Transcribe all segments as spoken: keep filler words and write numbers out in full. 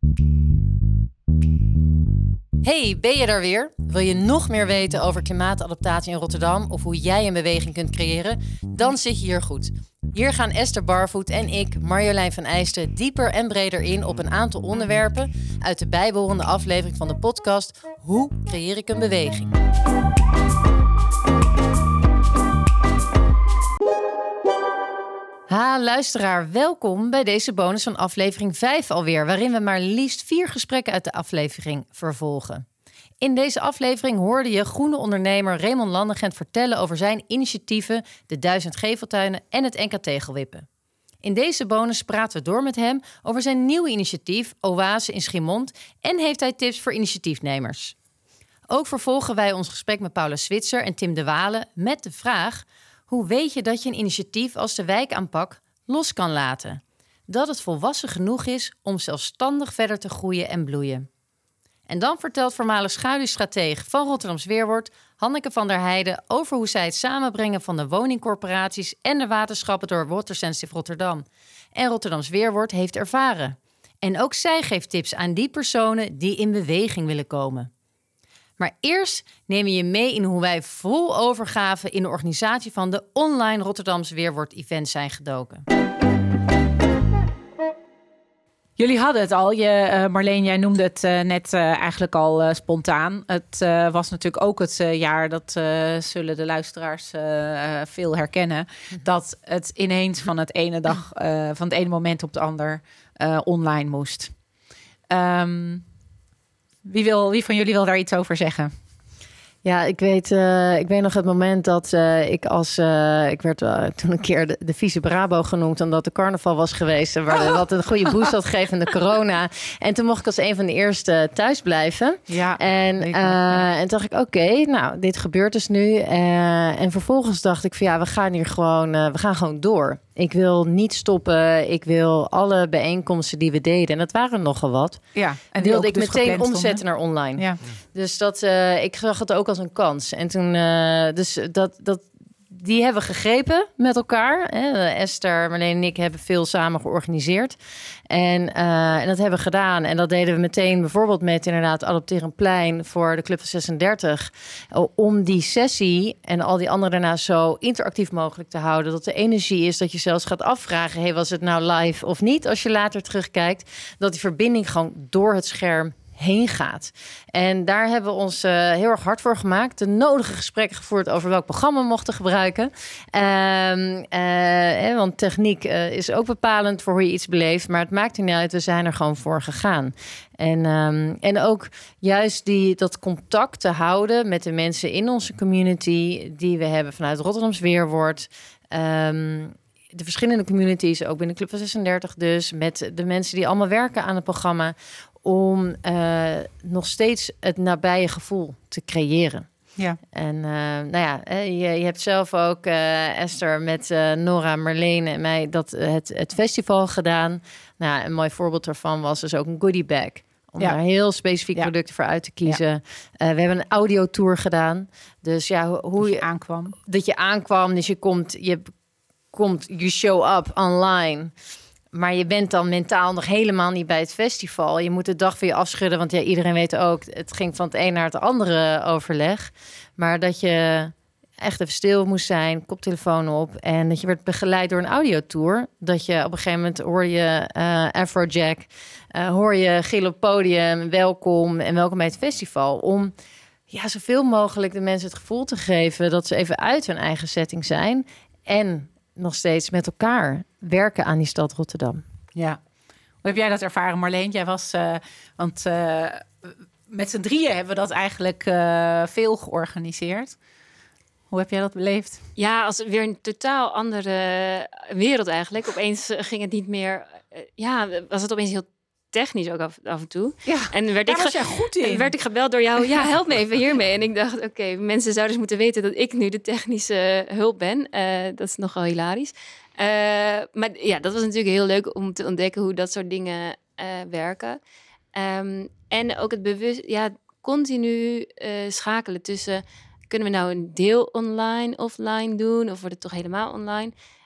Hey, ben je daar weer? Wil je nog meer weten over klimaatadaptatie in Rotterdam of hoe jij een beweging kunt creëren? Dan zit je hier goed. Hier gaan Esther Barvoet en ik, Marjolein van Eijsten, dieper en breder in op een aantal onderwerpen uit de bijbehorende aflevering van de podcast Hoe creëer ik een beweging? Ha, luisteraar, welkom bij deze bonus van aflevering vijf alweer, waarin we maar liefst vier gesprekken uit de aflevering vervolgen. In deze aflevering hoorde je groene ondernemer Raymond Landegent vertellen over zijn initiatieven, de duizend geveltuinen en het N K tegelwippen. In deze bonus praten we door met hem over zijn nieuwe initiatief Oase in Schiemond en heeft hij tips voor initiatiefnemers. Ook vervolgen wij ons gesprek met Paula Switzer en Tim de Wale met de vraag: hoe weet je dat je een initiatief als de wijkaanpak los kan laten? Dat het volwassen genoeg is om zelfstandig verder te groeien en bloeien. En dan vertelt voormalig schaduwstrateeg van Rotterdams Weerwoord, Hanneke van der Heijden, over hoe zij het samenbrengen van de woningcorporaties en de waterschappen door Water Sensitive Rotterdam en Rotterdams Weerwoord heeft ervaren. En ook zij geeft tips aan die personen die in beweging willen komen. Maar eerst nemen we je mee in hoe wij vol overgave in de organisatie van de online Rotterdams Weerwoord event zijn gedoken. Jullie hadden het al. Je, uh, Marleen, jij noemde het uh, net uh, eigenlijk al uh, spontaan. Het uh, was natuurlijk ook het uh, jaar, dat uh, zullen de luisteraars uh, uh, veel herkennen, dat het ineens van het ene dag, uh, van het ene moment op het ander uh, online moest. Um, wie, wil, wie van jullie wil daar iets over zeggen? Ja, ik weet, uh, ik weet nog het moment dat uh, ik als... Uh, ik werd uh, toen een keer de, de vieze Brabo genoemd, omdat de carnaval was geweest. Waar de, wat een goede boost had gegeven in de corona. En toen mocht ik als een van de eerste thuis blijven. Ja, en, uh, en toen dacht ik, oké, okay, nou, dit gebeurt dus nu. Uh, en vervolgens dacht ik van ja, we gaan hier gewoon, uh, we gaan gewoon door. Ik wil niet stoppen. Ik wil alle bijeenkomsten die we deden, en dat waren nogal wat, ja, en wilde ik dus meteen omzetten naar online. Ja. Dus dat, uh, ik zag het ook als een kans. En toen, uh, dus dat, dat, die hebben we gegrepen met elkaar. Hè. Esther, Marleen en ik hebben veel samen georganiseerd. En, uh, en dat hebben we gedaan. En dat deden we meteen bijvoorbeeld met inderdaad Adopteer een Plein voor de Club van zesendertig. Om die sessie en al die andere daarna zo interactief mogelijk te houden. Dat de energie is dat je zelfs gaat afvragen, hey, was het nou live of niet? Als je later terugkijkt, dat die verbinding gewoon door het scherm heen gaat. En daar hebben we ons uh, heel erg hard voor gemaakt. De nodige gesprekken gevoerd over welk programma we mochten gebruiken. Um, uh, eh, want techniek uh, is ook bepalend voor hoe je iets beleeft. Maar het maakt er niet uit, we zijn er gewoon voor gegaan. En, um, en ook juist die, dat contact te houden met de mensen in onze community die we hebben vanuit Rotterdams Weerwoord. Um, de verschillende communities, ook binnen Club van zesendertig dus, met de mensen die allemaal werken aan het programma, om uh, nog steeds het nabije gevoel te creëren. Ja. En uh, nou ja, je, je hebt zelf ook, uh, Esther, met uh, Nora, Marleen en mij dat het, het festival gedaan. Nou, een mooi voorbeeld daarvan was dus ook een goodie bag. Om ja. daar heel specifiek ja. producten voor uit te kiezen. Ja. Uh, we hebben een audiotour gedaan. Dus ja, hoe, hoe dat je je aankwam. Dat je aankwam, dus je komt, je komt, you show up online. Maar je bent dan mentaal nog helemaal niet bij het festival. Je moet de dag voor je afschudden, want ja, iedereen weet ook, het ging van het een naar het andere overleg. Maar dat je echt even stil moest zijn, koptelefoon op, en dat je werd begeleid door een audiotour. Dat je op een gegeven moment hoor je uh, Afrojack, uh, hoor je gil op podium, welkom en welkom bij het festival. Om ja, zoveel mogelijk de mensen het gevoel te geven dat ze even uit hun eigen setting zijn en nog steeds met elkaar werken aan die stad Rotterdam. Ja. Hoe heb jij dat ervaren, Marleen? Jij was, uh, want uh, met z'n drieën hebben we dat eigenlijk uh, veel georganiseerd. Hoe heb jij dat beleefd? Ja, als weer een totaal andere wereld eigenlijk. Opeens ging het niet meer, uh, ja, was het opeens heel technisch ook af, af en toe. Ja, en werd daar ik was jij goed in. werd ik gebeld door jou, ja, help me even hiermee. En ik dacht, oké, okay, mensen zouden dus moeten weten dat ik nu de technische hulp ben. Uh, dat is nogal hilarisch. Uh, maar ja, dat was natuurlijk heel leuk om te ontdekken hoe dat soort dingen uh, werken. Um, en ook het bewust, ja, continu uh, schakelen tussen, kunnen we nou een deel online, offline doen, of wordt het toch helemaal online?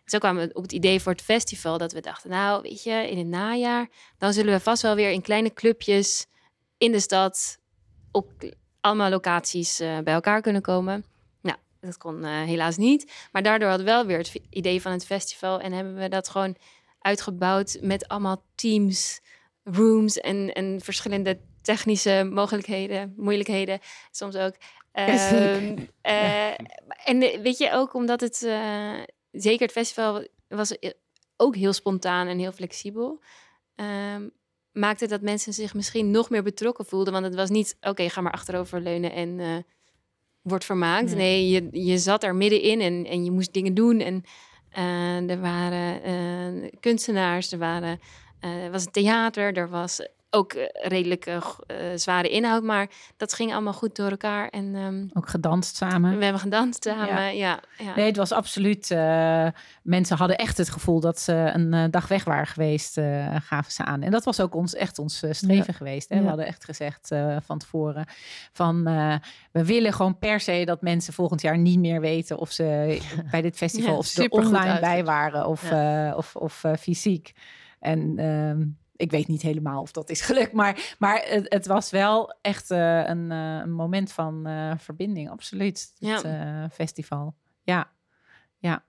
Zo kwamen we op het idee voor het festival dat we dachten, nou weet je, in het najaar, dan zullen we vast wel weer in kleine clubjes in de stad op allemaal locaties uh, bij elkaar kunnen komen. Nou, dat kon uh, helaas niet. Maar daardoor hadden we wel weer het idee van het festival en hebben we dat gewoon uitgebouwd met allemaal teams, rooms en, en verschillende technische mogelijkheden, moeilijkheden soms ook. Um, uh, en weet je, ook omdat het, uh, zeker het festival was ook heel spontaan en heel flexibel, um, maakte dat mensen zich misschien nog meer betrokken voelden. Want het was niet, oké, okay, ga maar achteroverleunen en uh, word vermaakt. Nee, nee je, je zat er middenin en, en je moest dingen doen. En uh, er waren uh, kunstenaars, er waren, uh, was een theater, er was ook uh, redelijk uh, zware inhoud, maar dat ging allemaal goed door elkaar. En um, ook gedanst samen. We hebben gedanst samen, ja. ja, ja. Nee, het was absoluut... Uh, mensen hadden echt het gevoel dat ze een uh, dag weg waren geweest, uh, gaven ze aan. En dat was ook ons, echt ons uh, streven ja. geweest. Hè? Ja. We hadden echt gezegd uh, van tevoren van... Uh, we willen gewoon per se dat mensen volgend jaar niet meer weten of ze bij dit festival ja, of ze er online bij waren of, ja. uh, of, of uh, fysiek. En... Uh, ik weet niet helemaal of dat is gelukt, maar, maar het, het was wel echt uh, een, uh, een moment van uh, verbinding, absoluut. Het ja. uh, festival. Ja, ja.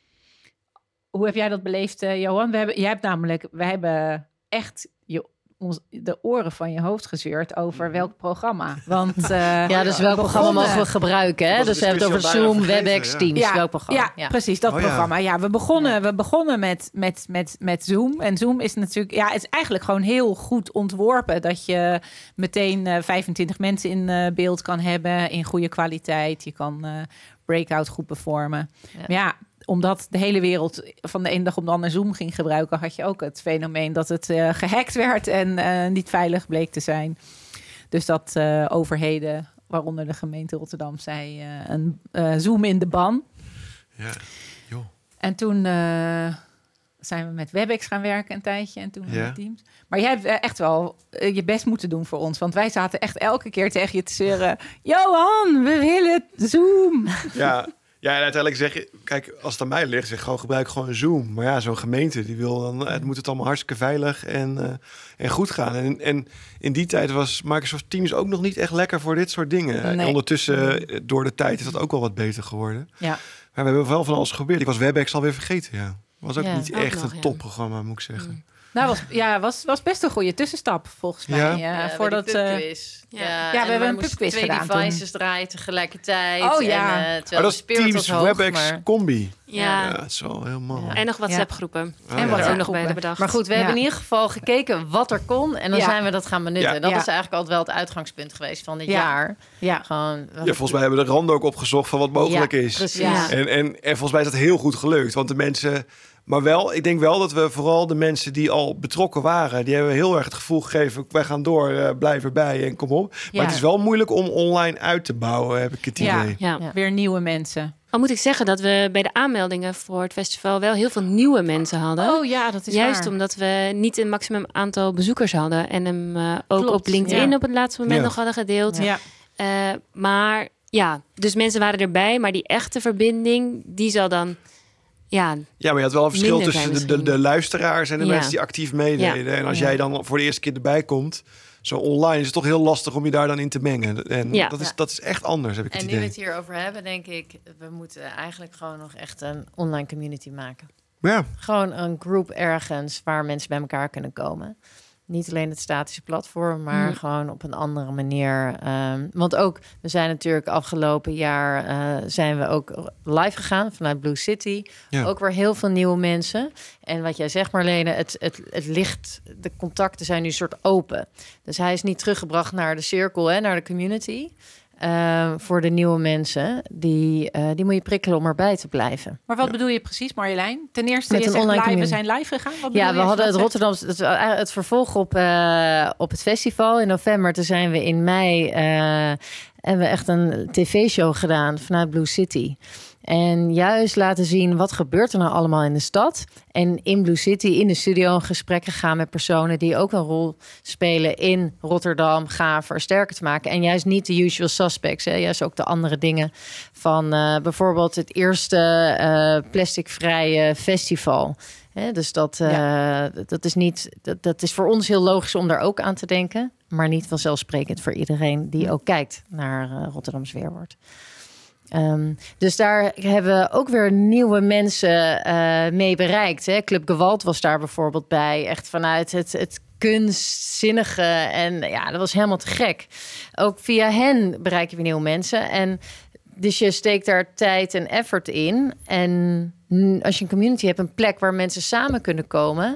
Hoe heb jij dat beleefd, uh, Johan? We hebben, jij hebt namelijk, we hebben echt je, ons, de oren van je hoofd gezeurd over welk programma. Want uh, ja, dus welk programma mogen we gebruiken? Hè? Dus we hebben het over Zoom, WebEx, ja. Teams. Ja, welk programma? Ja, ja, precies, dat oh, programma. Ja, we begonnen, ja. we begonnen met, met, met, met Zoom. En Zoom is natuurlijk, ja, het is eigenlijk gewoon heel goed ontworpen dat je meteen uh, vijfentwintig mensen in uh, beeld kan hebben in goede kwaliteit. Je kan uh, breakout groepen vormen. Ja. Maar ja, omdat de hele wereld van de ene dag op de andere Zoom ging gebruiken, had je ook het fenomeen dat het uh, gehackt werd en uh, niet veilig bleek te zijn. Dus dat uh, overheden, waaronder de gemeente Rotterdam, zei uh, een uh, Zoom in de ban. Ja, joh. En toen uh, zijn we met WebEx gaan werken een tijdje en toen ja. met Teams. Maar jij hebt uh, echt wel uh, je best moeten doen voor ons, want wij zaten echt elke keer tegen je te zeuren: Johan, we willen Zoom. Ja. Ja, en uiteindelijk zeg je, kijk, als het aan mij ligt, zeg gewoon gebruik gewoon Zoom. Maar ja, zo'n gemeente, die wil dan, het moet het allemaal hartstikke veilig en, uh, en goed gaan. En, en in die tijd was Microsoft Teams ook nog niet echt lekker voor dit soort dingen. Nee. En ondertussen, door de tijd, is dat ook wel wat beter geworden. Ja. Maar we hebben wel van alles geprobeerd. Ik was WebEx alweer vergeten, ja. Was ook ja, niet ook echt nog, een ja. topprogramma, moet ik zeggen. Mm. Nou, was, ja, was, was best een goede tussenstap, volgens mij. Ja, ja, voordat uh, ja. ja, ja, we hebben een pubquiz twee gedaan. devices toen. draaien tegelijkertijd. Oh ja. En, uh, maar dat is Teams, hoog, WebEx, maar... combi. Ja. ja, het is wel helemaal... Ja. En nog WhatsApp-groepen. Ja. En ja. wat ja. ook nog bij de bedacht. Maar goed, we ja. hebben in ieder geval gekeken wat er kon. En dan ja. zijn we dat gaan benutten. Ja. Dat ja. is eigenlijk altijd wel het uitgangspunt geweest van dit ja. jaar. Ja. Gewoon, ja, volgens mij hebben we de randen ook opgezocht van wat mogelijk ja, is. Precies. Ja. En, en, en volgens mij is dat heel goed gelukt. Want de mensen... Maar wel, ik denk wel dat we vooral de mensen die al betrokken waren, die hebben heel erg het gevoel gegeven, wij gaan door, uh, blijf erbij en kom op. Maar ja. het is wel moeilijk om online uit te bouwen, heb ik het ja. idee. Ja. Ja. Weer nieuwe mensen. Al moet ik zeggen dat we bij de aanmeldingen voor het festival wel heel veel nieuwe mensen hadden. Oh ja, dat is Juist waar. omdat we niet een maximum aantal bezoekers hadden. En hem uh, ook Klopt, op LinkedIn ja. op het laatste moment Ja. nog hadden gedeeld. Ja. Uh, maar ja, dus mensen waren erbij. Maar die echte verbinding, die zal dan... Ja, Ja, maar je had wel een verschil Minder tussen zijn de, de, de luisteraars en de Ja. mensen die actief meededen. Ja. En als Ja. jij dan voor de eerste keer erbij komt, zo online, is het toch heel lastig om je daar dan in te mengen. En Ja. dat, is, Ja. dat is echt anders, heb ik het En nu we idee. het hierover hebben, denk ik, we moeten eigenlijk gewoon nog echt een online community maken. Ja, Gewoon een groep ergens waar mensen bij elkaar kunnen komen. Niet alleen het statische platform, maar Hmm. gewoon op een andere manier. Um, want ook, we zijn natuurlijk afgelopen jaar uh, zijn we ook live gegaan vanuit Blue City. Ja. Ook weer heel veel nieuwe mensen. En wat jij zegt, Marlene, het, het, het ligt, de contacten zijn nu een soort open. Dus hij is niet teruggebracht naar de cirkel, hè, naar de community. Uh, voor de nieuwe mensen, die, uh, die moet je prikkelen om erbij te blijven. Maar wat Ja. bedoel je precies, Marjolein? Ten eerste, Met je een zegt online live, we community. zijn live gegaan. Wat Ja, bedoel we je hadden als het je dat Rotterdam, het, het vervolg op, uh, op het festival in november. Toen zijn we in mei uh, hebben we echt een tv-show gedaan vanuit Blue City. En juist laten zien wat gebeurt er nou allemaal in de stad. En in Blue City in de studio in gesprekken gaan met personen die ook een rol spelen in Rotterdam, gaver, sterker te maken. En juist niet de usual suspects. Hè? Juist ook de andere dingen van uh, bijvoorbeeld het eerste uh, plasticvrije festival. Hè? Dus dat, uh, ja. dat is niet. Dat, dat is voor ons heel logisch om daar ook aan te denken. Maar niet vanzelfsprekend voor iedereen die ook kijkt naar uh, Rotterdams Weerwoord. Um, dus daar hebben we ook weer nieuwe mensen uh, mee bereikt. Hè? Club Gewalt was daar bijvoorbeeld bij. Echt vanuit het, het kunstzinnige. En ja, dat was helemaal te gek. Ook via hen bereiken we nieuwe mensen. En dus je steekt daar tijd en effort in. En als je een community hebt, een plek waar mensen samen kunnen komen,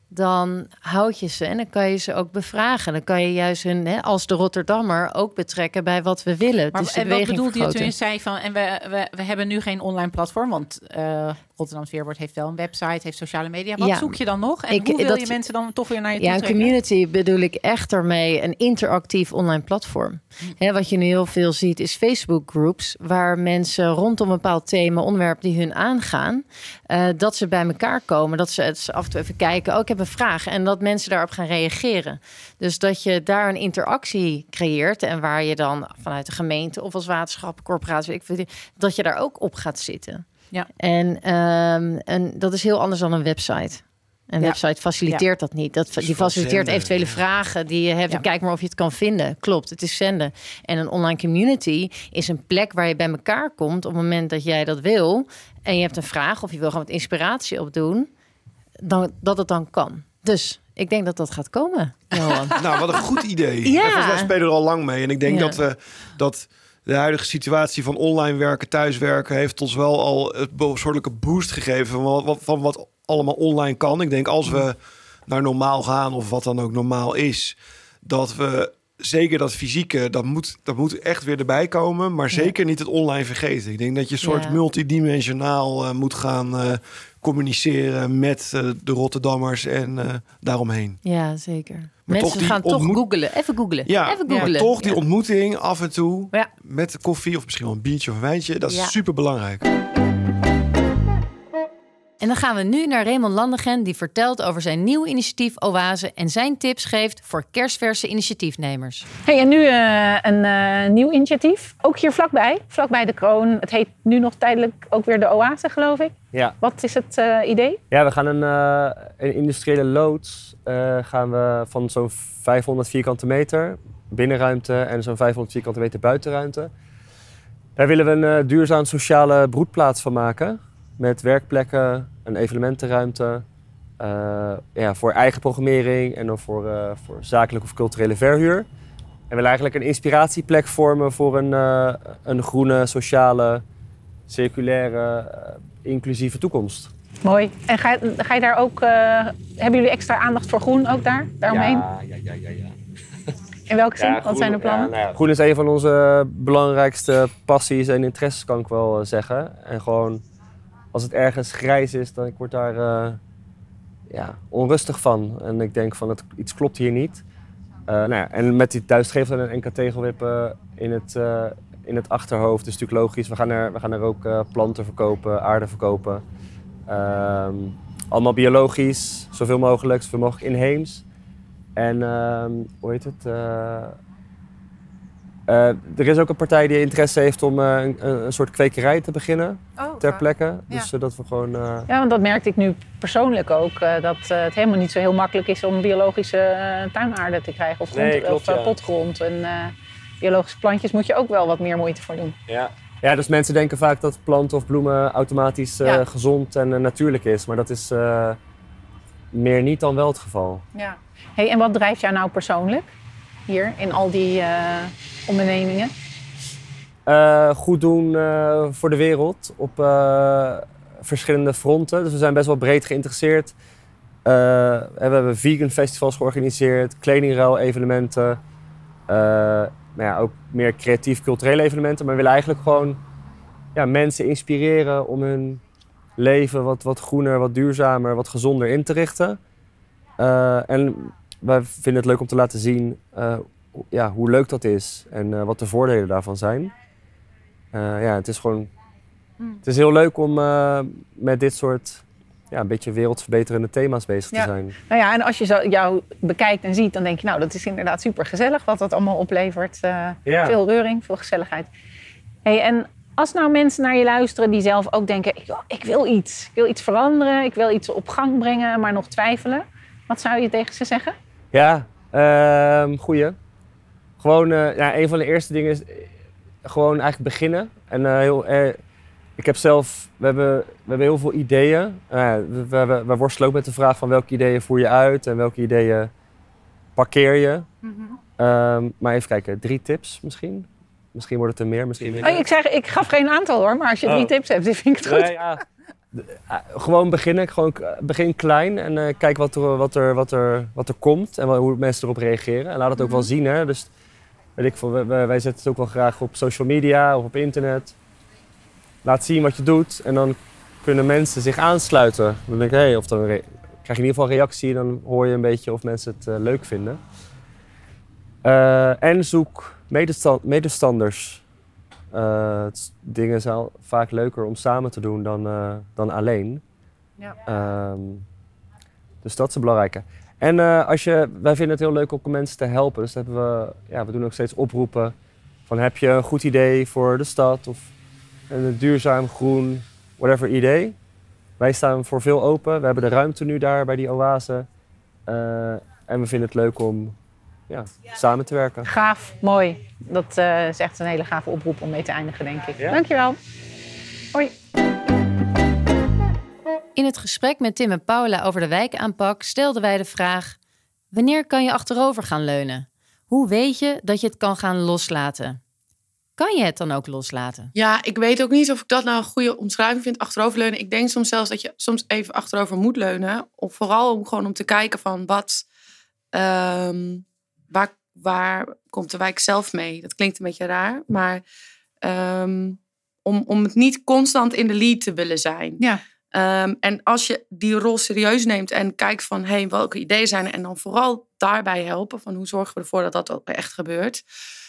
dan houd je ze en dan kan je ze ook bevragen. Dan kan je juist hun, hè, als de Rotterdammer, ook betrekken bij wat we willen. Maar dus en wat bedoelde je toen je zei van, en we, we, we hebben nu geen online platform, want uh, Rotterdams Weerwoord heeft wel een website, heeft sociale media. Wat ja. zoek je dan nog? En ik, hoe wil dat, je mensen dan toch weer naar je toe ja, trekken? Ja, een community bedoel ik echt ermee een interactief online platform. Hm. Hè, wat je nu heel veel ziet is Facebook groups, waar mensen rondom een bepaald thema, onderwerp die hun aangaan, uh, dat ze bij elkaar komen, dat ze het af en toe even kijken, oh, ik heb een vraag, en dat mensen daarop gaan reageren. Dus dat je daar een interactie creëert en waar je dan vanuit de gemeente of als waterschap, corporatie, ik, dat je daar ook op gaat zitten. Ja. En, um, en dat is heel anders dan een website. Een ja. website faciliteert ja. dat niet. Dat, die faciliteert zenden, eventuele ja. vragen die je hebt. Ja. Kijk maar of je het kan vinden. Klopt, het is zenden. En een online community is een plek waar je bij elkaar komt op het moment dat jij dat wil. En je hebt een vraag of je wil gewoon wat inspiratie opdoen. Dan, dat het dan kan. Dus ik denk dat dat gaat komen, Johan. Nou, wat een goed idee. Ja. Volgens mij spelen we er al lang mee. En ik denk ja. dat we dat de huidige situatie van online werken, thuiswerken, heeft ons wel al het behoorlijke boost gegeven van wat, van wat allemaal online kan. Ik denk als we naar normaal gaan of wat dan ook normaal is, dat we zeker dat fysieke, dat moet, dat moet echt weer erbij komen, maar zeker ja. niet het online vergeten. Ik denk dat je een soort ja. multidimensionaal uh, moet gaan uh, communiceren met uh, de Rotterdammers en uh, daaromheen. Ja, zeker. Maar mensen toch gaan ontmoet... toch googlen. Even googlen. Ja, Even googlen. maar toch die ja. ontmoeting af en toe ja. met de koffie of misschien wel een biertje of een wijntje, dat is ja. super belangrijk. En dan gaan we nu naar Raymond Landegem, die vertelt over zijn nieuw initiatief Oase en zijn tips geeft voor kerstverse initiatiefnemers. Hey, en nu uh, een uh, nieuw initiatief, ook hier vlakbij, vlakbij de Kroon. Het heet nu nog tijdelijk ook weer de Oase, geloof ik. Ja. Wat is het uh, idee? Ja, we gaan een, uh, een industriële loods uh, gaan we van zo'n vijfhonderd vierkante meter binnenruimte en zo'n vijfhonderd vierkante meter buitenruimte. Daar willen we een uh, duurzaam sociale broedplaats van maken. Met werkplekken, een evenementenruimte, uh, ja, voor eigen programmering en dan voor, uh, voor zakelijke of culturele verhuur. En we willen eigenlijk een inspiratieplek vormen voor een, uh, een groene, sociale, circulaire, uh, inclusieve toekomst. Mooi. En ga, ga je daar ook, uh, hebben jullie extra aandacht voor groen ook daar, daaromheen? Ja, ja, ja, ja. ja. In welke zin? Ja, Wat groen, zijn de plannen? Ja, nou ja, groen is een van onze belangrijkste passies en interesses, kan ik wel uh, zeggen. En gewoon, als het ergens grijs is, dan ik word daar uh, ja, onrustig van. En ik denk van, het, iets klopt hier niet. Uh, nou ja, en met die duizendgevel en N K tegelwippen in het, uh, in het achterhoofd is natuurlijk logisch. We gaan er, we gaan er ook uh, planten verkopen, aarde verkopen. Uh, allemaal biologisch, zoveel mogelijk, zoveel mogelijk inheems. En uh, hoe heet het? Uh, Uh, er is ook een partij die interesse heeft om uh, een, een soort kwekerij te beginnen oh, ter plekke. Ja. Dus uh, dat we gewoon... Uh... Ja, want dat merkte ik nu persoonlijk ook. Uh, dat uh, het helemaal niet zo heel makkelijk is om biologische uh, tuinaarde te krijgen. Of, grond, nee, klopt, of uh, ja. potgrond. En uh, biologische plantjes moet je ook wel wat meer moeite voor doen. Ja, ja, dus mensen denken vaak dat planten of bloemen automatisch uh, ja. gezond en uh, natuurlijk is. Maar dat is uh, meer niet dan wel het geval. Ja. Hey, en wat drijft jou nou persoonlijk hier in al die... Uh, ondernemingen? Uh, goed doen uh, voor de wereld op uh, verschillende fronten. Dus we zijn best wel breed geïnteresseerd. Uh, we hebben vegan festivals georganiseerd, kledingruil-evenementen. Uh, maar ja, ook meer creatief-culturele evenementen. Maar we willen eigenlijk gewoon ja, mensen inspireren om hun leven wat, wat groener, wat duurzamer, wat gezonder in te richten. Uh, en wij vinden het leuk om te laten zien uh, ja, hoe leuk dat is en uh, wat de voordelen daarvan zijn. Uh, ja, het is gewoon Mm. Het is heel leuk om uh, met dit soort ja, een beetje wereldverbeterende thema's bezig ja. te zijn. Nou ja, en als je zo jou bekijkt en ziet, dan denk je, nou, dat is inderdaad super gezellig wat dat allemaal oplevert. Uh, ja. Veel reuring, veel gezelligheid. Hey, en als nou mensen naar je luisteren die zelf ook denken, ik, ik wil iets. Ik wil iets veranderen, ik wil iets op gang brengen, maar nog twijfelen. Wat zou je tegen ze zeggen? Ja, uh, goeie. Gewoon, uh, ja, een van de eerste dingen is gewoon eigenlijk beginnen. En uh, heel, uh, ik heb zelf, we hebben, we hebben heel veel ideeën. Uh, we, we, we, we worstelen ook met de vraag van welke ideeën voer je uit en welke ideeën parkeer je. Mm-hmm. Um, maar even kijken, drie tips misschien. Misschien wordt het er meer, misschien minder. Oh, ik, zeg, ik gaf geen aantal hoor, maar als je drie oh. tips hebt, dan vind ik het goed. Nee, ja. Uh, gewoon beginnen, gewoon begin klein en uh, kijk wat er, wat, er, wat, er, wat er komt en wat, hoe mensen erop reageren. En laat het ook wel zien, hè. Dus weet ik veel, wij, wij zetten het ook wel graag op social media of op internet. Laat zien wat je doet en dan kunnen mensen zich aansluiten. Dan denk ik, hey, of dan re- krijg je in ieder geval reactie, dan hoor je een beetje of mensen het uh, leuk vinden. Uh, en zoek medestand- medestanders. Uh, dingen zijn vaak leuker om samen te doen dan, uh, dan alleen. Ja. Um, dus dat is het belangrijke. En uh, als je, wij vinden het heel leuk om mensen te helpen. Dus hebben we, ja, we doen ook steeds oproepen van heb je een goed idee voor de stad of een duurzaam, groen, whatever idee. Wij staan voor veel open. We hebben de ruimte nu daar bij die oase. Uh, en we vinden het leuk om ja, samen te werken. Gaaf, mooi. Dat uh, is echt een hele gave oproep om mee te eindigen, denk ik. Ja. Dankjewel. Hoi. In het gesprek met Tim en Paula over de wijkaanpak stelden wij de vraag: wanneer kan je achterover gaan leunen? Hoe weet je dat je het kan gaan loslaten? Kan je het dan ook loslaten? Ja, ik weet ook niet of ik dat nou een goede omschrijving vind, achteroverleunen. Ik denk soms zelfs dat je soms even achterover moet leunen. Of vooral om gewoon om te kijken van wat, um, waar, waar komt de wijk zelf mee? Dat klinkt een beetje raar, maar um, om, om het niet constant in de lead te willen zijn. Ja. Um, en als je die rol serieus neemt en kijkt van hey, welke ideeën zijn er, en dan vooral daarbij helpen van hoe zorgen we ervoor dat dat ook echt gebeurt.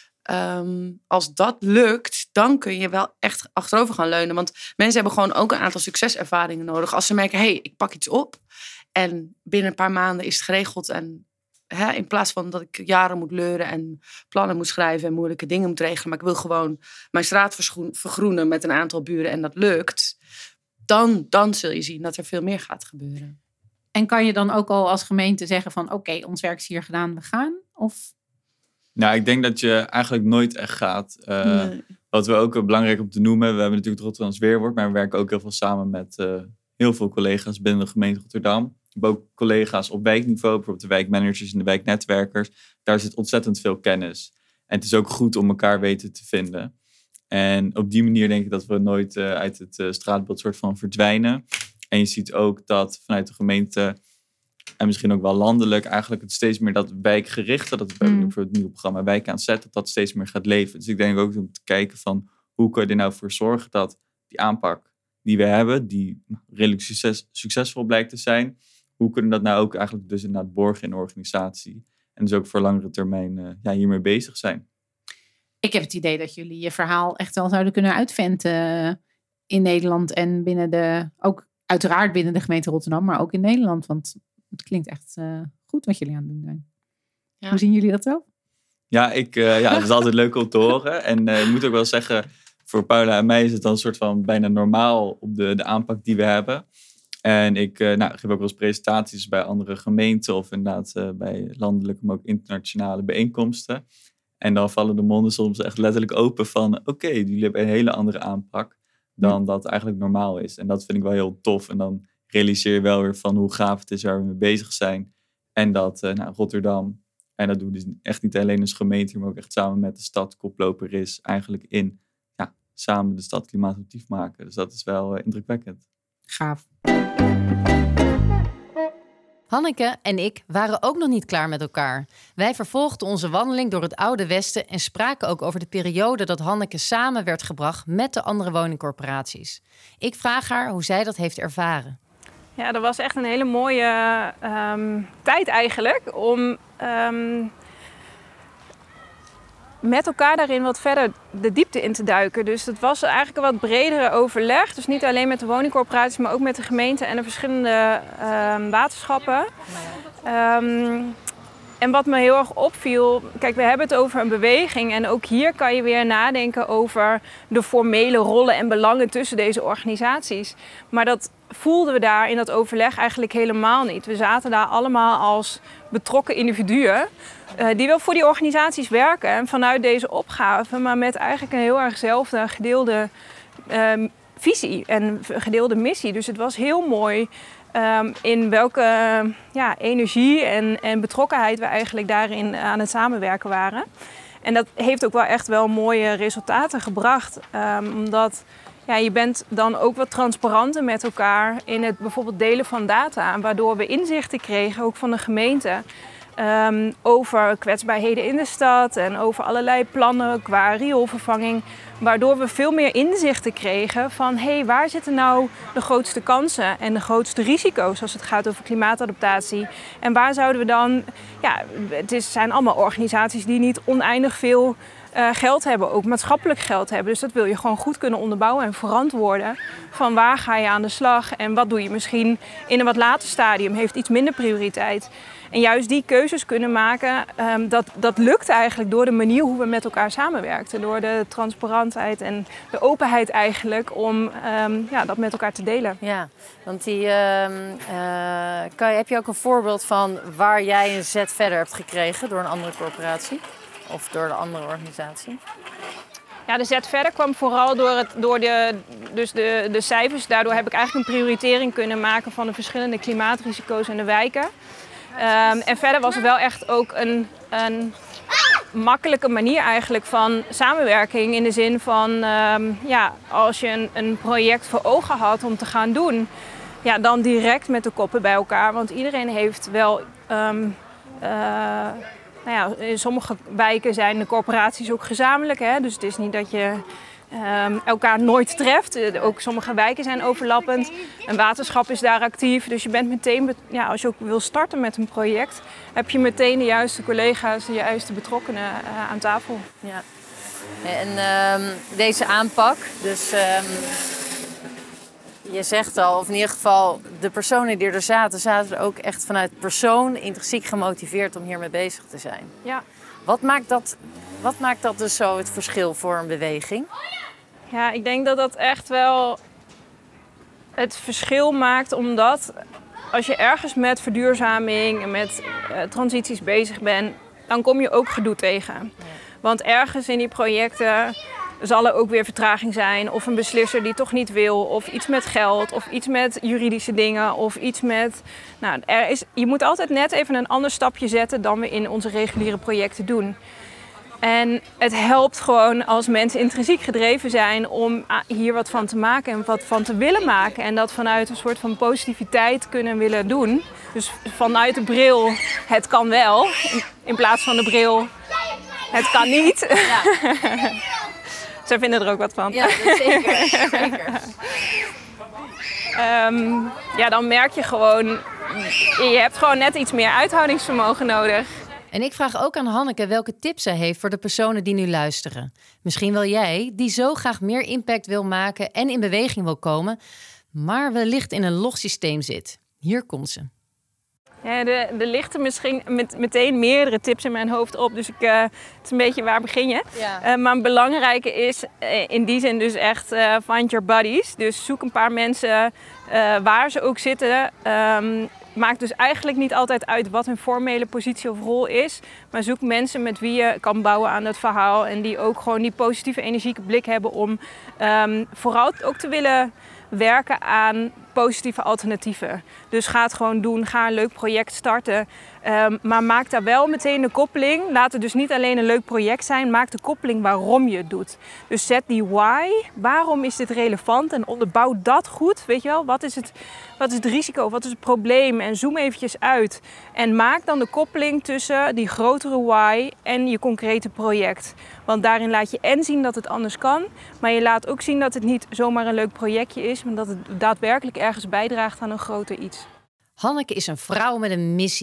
Um, als dat lukt, dan kun je wel echt achterover gaan leunen. Want mensen hebben gewoon ook een aantal succeservaringen nodig. Als ze merken, hé, hey, ik pak iets op en binnen een paar maanden is het geregeld. En hè, in plaats van dat ik jaren moet leuren en plannen moet schrijven en moeilijke dingen moet regelen, maar ik wil gewoon mijn straat vergroenen met een aantal buren en dat lukt. Dan, dan zul je zien dat er veel meer gaat gebeuren. En kan je dan ook al als gemeente zeggen van oké, okay, ons werk is hier gedaan, we gaan? Of... Nou, ik denk dat je eigenlijk nooit echt gaat. Uh, nee. Wat we ook belangrijk om te noemen, we hebben natuurlijk het Rotterdams Weerwoord, maar we werken ook heel veel samen met uh, heel veel collega's binnen de gemeente Rotterdam. We hebben ook collega's op wijkniveau, bijvoorbeeld de wijkmanagers en de wijknetwerkers. Daar zit ontzettend veel kennis. En het is ook goed om elkaar weten te vinden. En op die manier denk ik dat we nooit uh, uit het uh, straatbeeld soort van verdwijnen. En je ziet ook dat vanuit de gemeente en misschien ook wel landelijk eigenlijk het steeds meer dat wijkgerichte, dat we mm. voor het nieuwe programma Wijk aan Zet, dat dat steeds meer gaat leven. Dus ik denk ook om te kijken van hoe kun je er nou voor zorgen dat die aanpak die we hebben, die redelijk succes, succesvol blijkt te zijn, hoe kunnen we dat nou ook eigenlijk dus inderdaad borgen in de organisatie en dus ook voor langere termijn uh, ja, hiermee bezig zijn. Ik heb het idee dat jullie je verhaal echt wel zouden kunnen uitventen in Nederland en binnen de, ook uiteraard binnen de gemeente Rotterdam, maar ook in Nederland, want het klinkt echt uh, goed wat jullie aan het doen zijn. Ja. Hoe zien jullie dat wel? Ja, ik, uh, ja, het is altijd leuk om te horen. En uh, ik moet ook wel zeggen, voor Paula en mij is het dan een soort van bijna normaal op de, de aanpak die we hebben. En ik uh, nou, geef ook wel eens presentaties bij andere gemeenten of inderdaad uh, bij landelijke, maar ook internationale bijeenkomsten. En dan vallen de monden soms echt letterlijk open van oké, okay, jullie hebben een hele andere aanpak dan ja. dat eigenlijk normaal is. En dat vind ik wel heel tof. En dan realiseer je wel weer van hoe gaaf het is waar we mee bezig zijn. En dat uh, nou, Rotterdam, en dat doen we dus echt niet alleen als gemeente, maar ook echt samen met de stad koploper is eigenlijk in ja, samen de stad klimaatactief maken. Dus dat is wel uh, indrukwekkend. Gaaf. Hanneke en ik waren ook nog niet klaar met elkaar. Wij vervolgden onze wandeling door het Oude Westen en spraken ook over de periode dat Hanneke samen werd gebracht met de andere woningcorporaties. Ik vraag haar hoe zij dat heeft ervaren. Ja, dat was echt een hele mooie um, tijd eigenlijk om um, met elkaar daarin wat verder de diepte in te duiken. Dus dat was eigenlijk een wat bredere overleg. Dus niet alleen met de woningcorporaties, maar ook met de gemeente en de verschillende um, waterschappen. Um, en wat me heel erg opviel, kijk, we hebben het over een beweging. En ook hier kan je weer nadenken over de formele rollen en belangen tussen deze organisaties. Maar dat voelden we daar in dat overleg eigenlijk helemaal niet. We zaten daar allemaal als betrokken individuen uh, die wel voor die organisaties werken en vanuit deze opgave, maar met eigenlijk een heel erg zelfde gedeelde uh, visie en gedeelde missie. Dus het was heel mooi um, in welke uh, ja, energie en, en betrokkenheid we eigenlijk daarin aan het samenwerken waren. En dat heeft ook wel echt wel mooie resultaten gebracht, um, omdat ja, je bent dan ook wat transparanter met elkaar in het bijvoorbeeld delen van data. Waardoor we inzichten kregen, ook van de gemeente, um, over kwetsbaarheden in de stad en over allerlei plannen qua rioolvervanging. Waardoor we veel meer inzichten kregen van hé, hey, waar zitten nou de grootste kansen en de grootste risico's als het gaat over klimaatadaptatie. En waar zouden we dan, ja, het is, zijn allemaal organisaties die niet oneindig veel Uh, geld hebben, ook maatschappelijk geld hebben. Dus dat wil je gewoon goed kunnen onderbouwen en verantwoorden. Van waar ga je aan de slag en wat doe je misschien in een wat later stadium, heeft iets minder prioriteit. En juist die keuzes kunnen maken, um, dat, dat lukt eigenlijk door de manier hoe we met elkaar samenwerken. Door de transparantheid en de openheid eigenlijk om um, ja, dat met elkaar te delen. Ja, want die, uh, uh, kan je, heb je ook een voorbeeld van waar jij een zet verder hebt gekregen door een andere corporatie? Of door de andere organisatie? Ja, de zet verder kwam vooral door, het, door de, dus de, de cijfers. Daardoor heb ik eigenlijk een prioritering kunnen maken van de verschillende klimaatrisico's en de wijken. Um, en verder was het wel echt ook een, een makkelijke manier eigenlijk van samenwerking. In de zin van, um, ja, als je een, een project voor ogen had om te gaan doen, ja, dan direct met de koppen bij elkaar. Want iedereen heeft wel Um, uh, Nou ja, in sommige wijken zijn de corporaties ook gezamenlijk. Hè? Dus het is niet dat je um, elkaar nooit treft. Ook sommige wijken zijn overlappend. Een waterschap is daar actief. Dus je bent meteen, ja, als je ook wil starten met een project, heb je meteen de juiste collega's, de juiste betrokkenen uh, aan tafel. Ja. En um, deze aanpak, dus um, je zegt al, of in ieder geval de personen die er zaten, zaten er ook echt vanuit persoon intrinsiek gemotiveerd om hiermee bezig te zijn. Ja. Wat maakt dat, wat maakt dat dus zo het verschil voor een beweging? Ja, ik denk dat dat echt wel het verschil maakt, omdat als je ergens met verduurzaming en met uh, transities bezig bent, dan kom je ook gedoe tegen. Ja. Want ergens in die projecten zal er ook weer vertraging zijn, of een beslisser die toch niet wil, of iets met geld, of iets met juridische dingen, of iets met. Nou, er is, je moet altijd net even een ander stapje zetten dan we in onze reguliere projecten doen. En het helpt gewoon als mensen intrinsiek gedreven zijn om hier wat van te maken en wat van te willen maken. En dat vanuit een soort van positiviteit kunnen willen doen. Dus vanuit de bril, het kan wel, in plaats van de bril, het kan niet. Ja. Zij vinden er ook wat van. Ja, dat zeker. zeker. um, ja, dan merk je gewoon, je hebt gewoon net iets meer uithoudingsvermogen nodig. En ik vraag ook aan Hanneke welke tips zij heeft voor de personen die nu luisteren. Misschien wel jij, die zo graag meer impact wil maken en in beweging wil komen, maar wellicht in een log systeem zit. Hier komt ze. Ja, er, er ligt er misschien met, meteen meerdere tips in mijn hoofd op. Dus ik, uh, het is een beetje waar begin je. Ja. Uh, maar het belangrijke is uh, in die zin dus echt uh, find your buddies. Dus zoek een paar mensen uh, waar ze ook zitten. Um, maakt dus eigenlijk niet altijd uit wat hun formele positie of rol is. Maar zoek mensen met wie je kan bouwen aan het verhaal. En die ook gewoon die positieve, energieke blik hebben om um, vooral ook te willen werken aan positieve alternatieven. Dus ga het gewoon doen, ga een leuk project starten. Um, maar maak daar wel meteen de koppeling. Laat het dus niet alleen een leuk project zijn. Maak de koppeling waarom je het doet. Dus zet die why. Waarom is dit relevant? En onderbouw dat goed. Weet je wel, wat is het, wat is het risico? Wat is het probleem? En zoom eventjes uit. En maak dan de koppeling tussen die grotere why en je concrete project. Want daarin laat je en zien dat het anders kan. Maar je laat ook zien dat het niet zomaar een leuk projectje is. Maar dat het daadwerkelijk ergens bijdraagt aan een groter iets. Hanneke is een vrouw met een missie.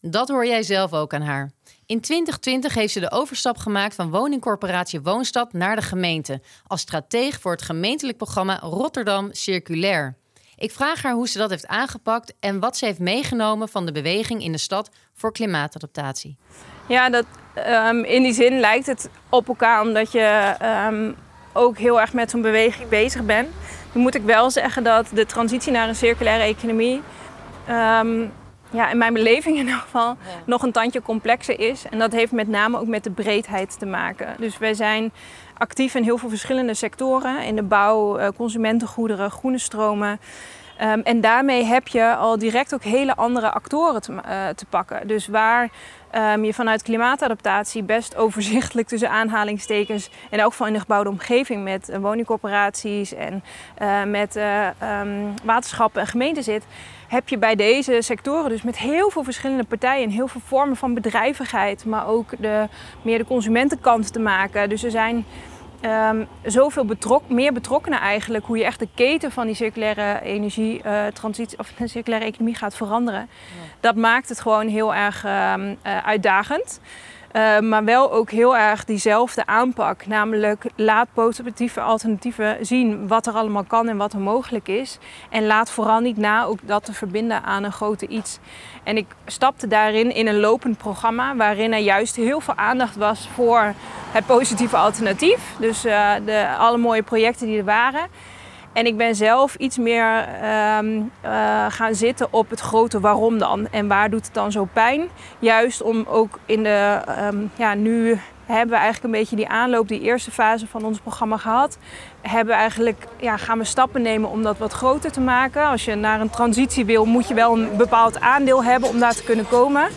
Dat hoor jij zelf ook aan haar. In twintig twintig heeft ze de overstap gemaakt van woningcorporatie Woonstad naar de gemeente, als strateeg voor het gemeentelijk programma Rotterdam Circulair. Ik vraag haar hoe ze dat heeft aangepakt en wat ze heeft meegenomen van de beweging in de stad voor klimaatadaptatie. Ja, dat, um, in die zin lijkt het op elkaar, omdat je um, ook heel erg met zo'n beweging bezig bent. Nu moet ik wel zeggen dat de transitie naar een circulaire economie, um, ja, in mijn beleving in ieder geval, ja. nog een tandje complexer is. En dat heeft met name ook met de breedheid te maken. Dus wij zijn actief in heel veel verschillende sectoren. In de bouw, consumentengoederen, groene stromen. Um, en daarmee heb je al direct ook hele andere actoren te, uh, te pakken. Dus waar um, je vanuit klimaatadaptatie best overzichtelijk tussen aanhalingstekens, en ook van in de gebouwde omgeving met uh, woningcorporaties en uh, met uh, um, waterschappen en gemeenten zit, heb je bij deze sectoren dus met heel veel verschillende partijen en heel veel vormen van bedrijvigheid, maar ook de, meer de consumentenkant te maken. Dus er zijn Um, zoveel betrok, meer betrokkenen eigenlijk, hoe je echt de keten van die circulaire energie, uh, transitie of de circulaire economie gaat veranderen. Ja. Dat maakt het gewoon heel erg um, uh, uitdagend. Uh, maar wel ook heel erg diezelfde aanpak. Namelijk laat positieve alternatieven zien wat er allemaal kan en wat er mogelijk is. En laat vooral niet na ook dat te verbinden aan een groter iets. En ik stapte daarin in een lopend programma waarin er juist heel veel aandacht was voor het positieve alternatief. Dus uh, de, alle mooie projecten die er waren. En ik ben zelf iets meer um, uh, gaan zitten op het grote waarom dan. En waar doet het dan zo pijn? Juist om ook in de, um, ja, nu hebben we eigenlijk een beetje die aanloop, die eerste fase van ons programma gehad. Hebben we eigenlijk, ja, gaan we stappen nemen om dat wat groter te maken. Als je naar een transitie wil, moet je wel een bepaald aandeel hebben om daar te kunnen komen.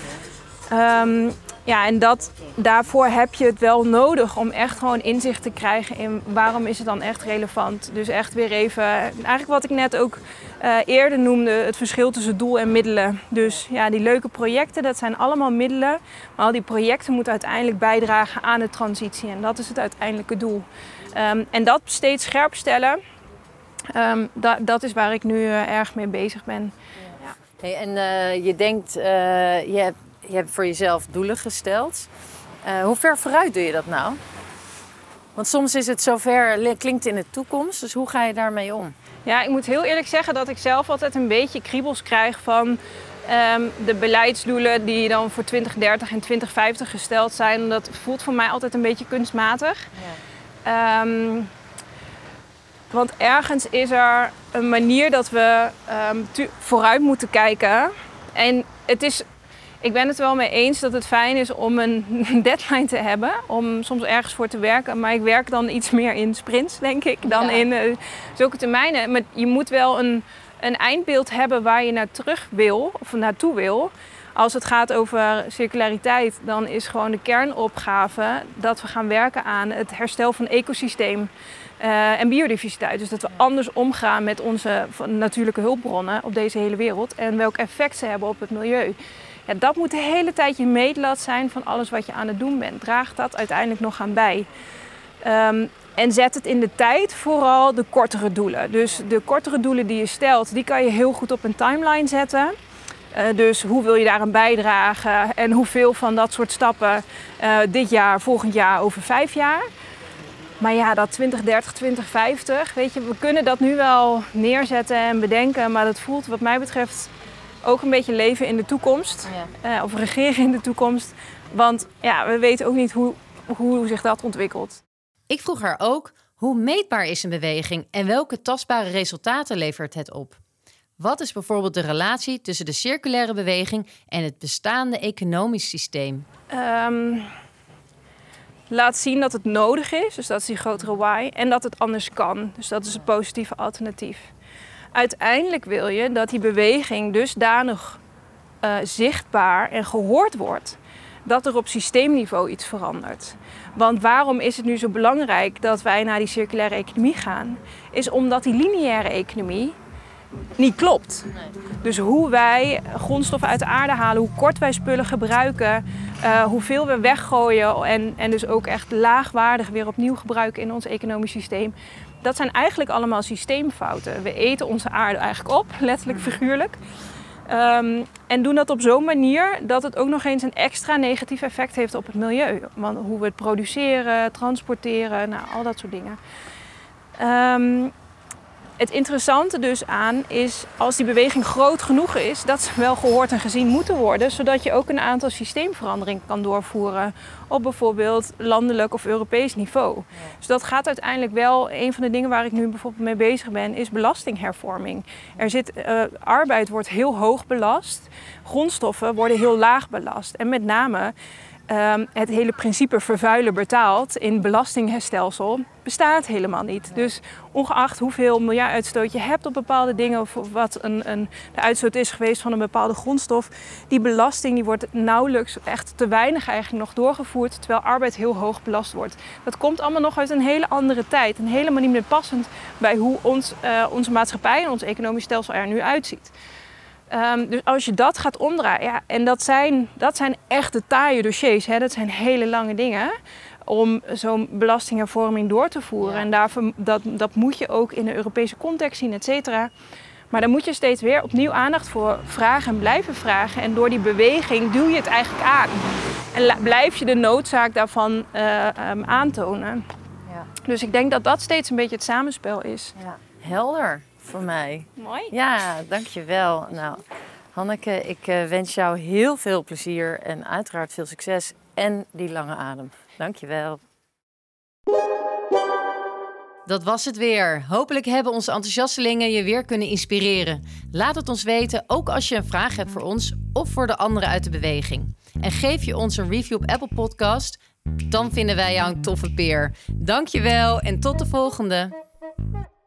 Um, Ja, en dat, daarvoor heb je het wel nodig om echt gewoon inzicht te krijgen in waarom is het dan echt relevant. Dus echt weer even, eigenlijk wat ik net ook uh, eerder noemde, het verschil tussen doel en middelen. Dus ja, die leuke projecten, dat zijn allemaal middelen. Maar al die projecten moeten uiteindelijk bijdragen aan de transitie. En dat is het uiteindelijke doel. Um, en dat steeds scherp stellen, um, da, dat is waar ik nu uh, erg mee bezig ben. Ja. Hey, en uh, je denkt, uh, je hebt Je hebt voor jezelf doelen gesteld. Uh, hoe ver vooruit doe je dat nou? Want soms is het zover, klinkt in de toekomst. Dus hoe ga je daarmee om? Ja, ik moet heel eerlijk zeggen dat ik zelf altijd een beetje kriebels krijg van um, de beleidsdoelen die dan voor twintig dertig en twintig vijftig gesteld zijn. Dat voelt voor mij altijd een beetje kunstmatig. Ja. Um, want ergens is er een manier dat we um, tu- vooruit moeten kijken. En het is... Ik ben het wel mee eens dat het fijn is om een deadline te hebben, om soms ergens voor te werken. Maar ik werk dan iets meer in sprints, denk ik, dan ja. in uh, zulke termijnen. Maar je moet wel een, een eindbeeld hebben waar je naar terug wil, of naartoe wil. Als het gaat over circulariteit, dan is gewoon de kernopgave dat we gaan werken aan het herstel van ecosysteem uh, en biodiversiteit. Dus dat we anders omgaan met onze natuurlijke hulpbronnen op deze hele wereld en welk effect ze hebben op het milieu. Ja, dat moet de hele tijd je meetlat zijn van alles wat je aan het doen bent. Draagt dat uiteindelijk nog aan bij. Um, en zet het in de tijd vooral de kortere doelen. Dus de kortere doelen die je stelt, die kan je heel goed op een timeline zetten. Uh, dus hoe wil je daaraan bijdragen en hoeveel van dat soort stappen uh, dit jaar, volgend jaar, over vijf jaar. Maar ja, dat twintig dertig, twintig vijftig, weet je, we kunnen dat nu wel neerzetten en bedenken. Maar dat voelt wat mij betreft ook een beetje leven in de toekomst. Ja. Uh, of regeren in de toekomst. Want ja, we weten ook niet hoe, hoe zich dat ontwikkelt. Ik vroeg haar ook, hoe meetbaar is een beweging en welke tastbare resultaten levert het op? Wat is bijvoorbeeld de relatie tussen de circulaire beweging en het bestaande economisch systeem? Um, laat zien dat het nodig is, dus dat is die grotere why. En dat het anders kan, dus dat is het positieve alternatief. Uiteindelijk wil je dat die beweging dusdanig uh, zichtbaar en gehoord wordt dat er op systeemniveau iets verandert. Want waarom is het nu zo belangrijk dat wij naar die circulaire economie gaan? Is omdat die lineaire economie niet klopt. Nee. Dus hoe wij grondstoffen uit de aarde halen, hoe kort wij spullen gebruiken, uh, hoeveel we weggooien en, en dus ook echt laagwaardig weer opnieuw gebruiken in ons economisch systeem. Dat zijn eigenlijk allemaal systeemfouten. We eten onze aarde eigenlijk op, letterlijk figuurlijk. Um, en doen dat op zo'n manier dat het ook nog eens een extra negatief effect heeft op het milieu. Want hoe we het produceren, transporteren, nou, al dat soort dingen. Um, het interessante dus aan is, als die beweging groot genoeg is, dat ze wel gehoord en gezien moeten worden, zodat je ook een aantal systeemveranderingen kan doorvoeren op bijvoorbeeld landelijk of Europees niveau. Ja. Dus dat gaat uiteindelijk wel, een van de dingen waar ik nu bijvoorbeeld mee bezig ben, is belastinghervorming. Er zit, uh, arbeid wordt heel hoog belast, grondstoffen worden heel laag belast. En met name Um, het hele principe vervuiler betaalt in het belastingstelsel bestaat helemaal niet. Dus ongeacht hoeveel milieuuitstoot je hebt op bepaalde dingen, of wat een, een, de uitstoot is geweest van een bepaalde grondstof, die belasting die wordt nauwelijks, echt te weinig eigenlijk nog doorgevoerd, terwijl arbeid heel hoog belast wordt. Dat komt allemaal nog uit een hele andere tijd en helemaal niet meer passend bij hoe ons, uh, onze maatschappij en ons economisch stelsel er nu uitziet. Um, dus als je dat gaat omdraaien, ja, en dat zijn, dat zijn echte taaie dossiers, hè, dat zijn hele lange dingen om zo'n belastinghervorming door te voeren. Ja. En daarvoor, dat, dat moet je ook in de Europese context zien, et cetera. Maar dan moet je steeds weer opnieuw aandacht voor vragen en blijven vragen. En door die beweging duw je het eigenlijk aan. En la, blijf je de noodzaak daarvan uh, um, aantonen. Ja. Dus ik denk dat dat steeds een beetje het samenspel is. Ja. Helder. Voor mij. Mooi. Ja, dankjewel. Nou, Hanneke, ik uh, wens jou heel veel plezier en uiteraard veel succes en die lange adem. Dankjewel. Dat was het weer. Hopelijk hebben onze enthousiastelingen je weer kunnen inspireren. Laat het ons weten, ook als je een vraag hebt voor ons of voor de anderen uit de beweging. En geef je ons een review op Apple Podcast, dan vinden wij jou een toffe peer. Dankjewel en tot de volgende.